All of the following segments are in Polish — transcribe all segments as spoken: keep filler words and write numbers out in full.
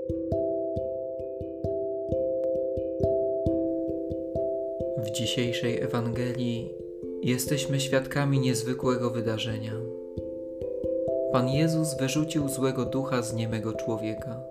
W dzisiejszej Ewangelii jesteśmy świadkami niezwykłego wydarzenia. Pan Jezus wyrzucił złego ducha z niemego człowieka.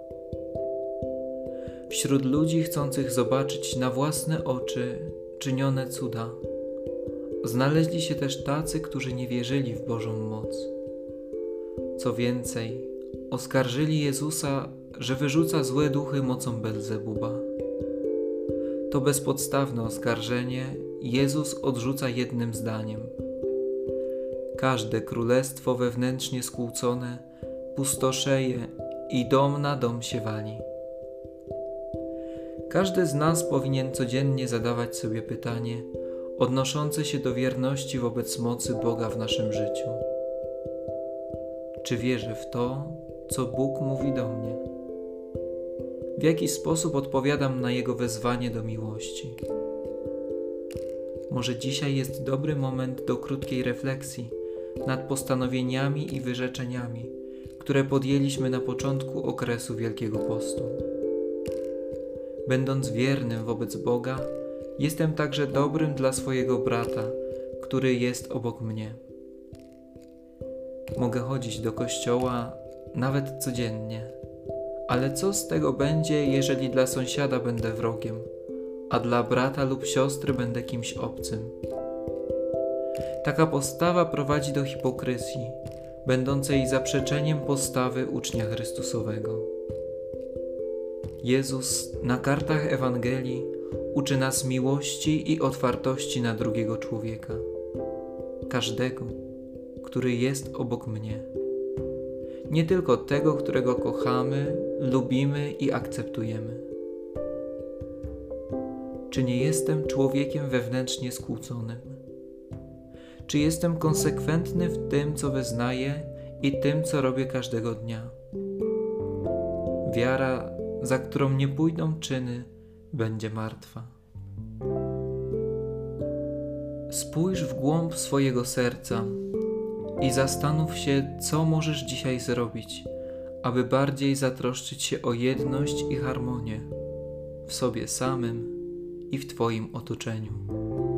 Wśród ludzi chcących zobaczyć na własne oczy czynione cuda, znaleźli się też tacy, którzy nie wierzyli w Bożą moc. Co więcej, oskarżyli Jezusa, że wyrzuca złe duchy mocą Belzebuba. To bezpodstawne oskarżenie Jezus odrzuca jednym zdaniem. Każde królestwo wewnętrznie skłócone pustoszeje i dom na dom się wali. Każdy z nas powinien codziennie zadawać sobie pytanie odnoszące się do wierności wobec mocy Boga w naszym życiu. Czy wierzę w to, co Bóg mówi do mnie? W jaki sposób odpowiadam na Jego wezwanie do miłości? Może dzisiaj jest dobry moment do krótkiej refleksji nad postanowieniami i wyrzeczeniami, które podjęliśmy na początku okresu Wielkiego Postu. Będąc wiernym wobec Boga, jestem także dobrym dla swojego brata, który jest obok mnie. Mogę chodzić do kościoła nawet codziennie, ale co z tego będzie, jeżeli dla sąsiada będę wrogiem, a dla brata lub siostry będę kimś obcym? Taka postawa prowadzi do hipokryzji, będącej zaprzeczeniem postawy ucznia Chrystusowego. Jezus na kartach Ewangelii uczy nas miłości i otwartości na drugiego człowieka, każdego, który jest obok mnie. Nie tylko tego, którego kochamy, lubimy i akceptujemy. Czy nie jestem człowiekiem wewnętrznie skłóconym? Czy jestem konsekwentny w tym, co wyznaję i tym, co robię każdego dnia? Wiara, za którą nie pójdą czyny, będzie martwa. Spójrz w głąb swojego serca i zastanów się, co możesz dzisiaj zrobić, aby bardziej zatroszczyć się o jedność i harmonię w sobie samym i w Twoim otoczeniu.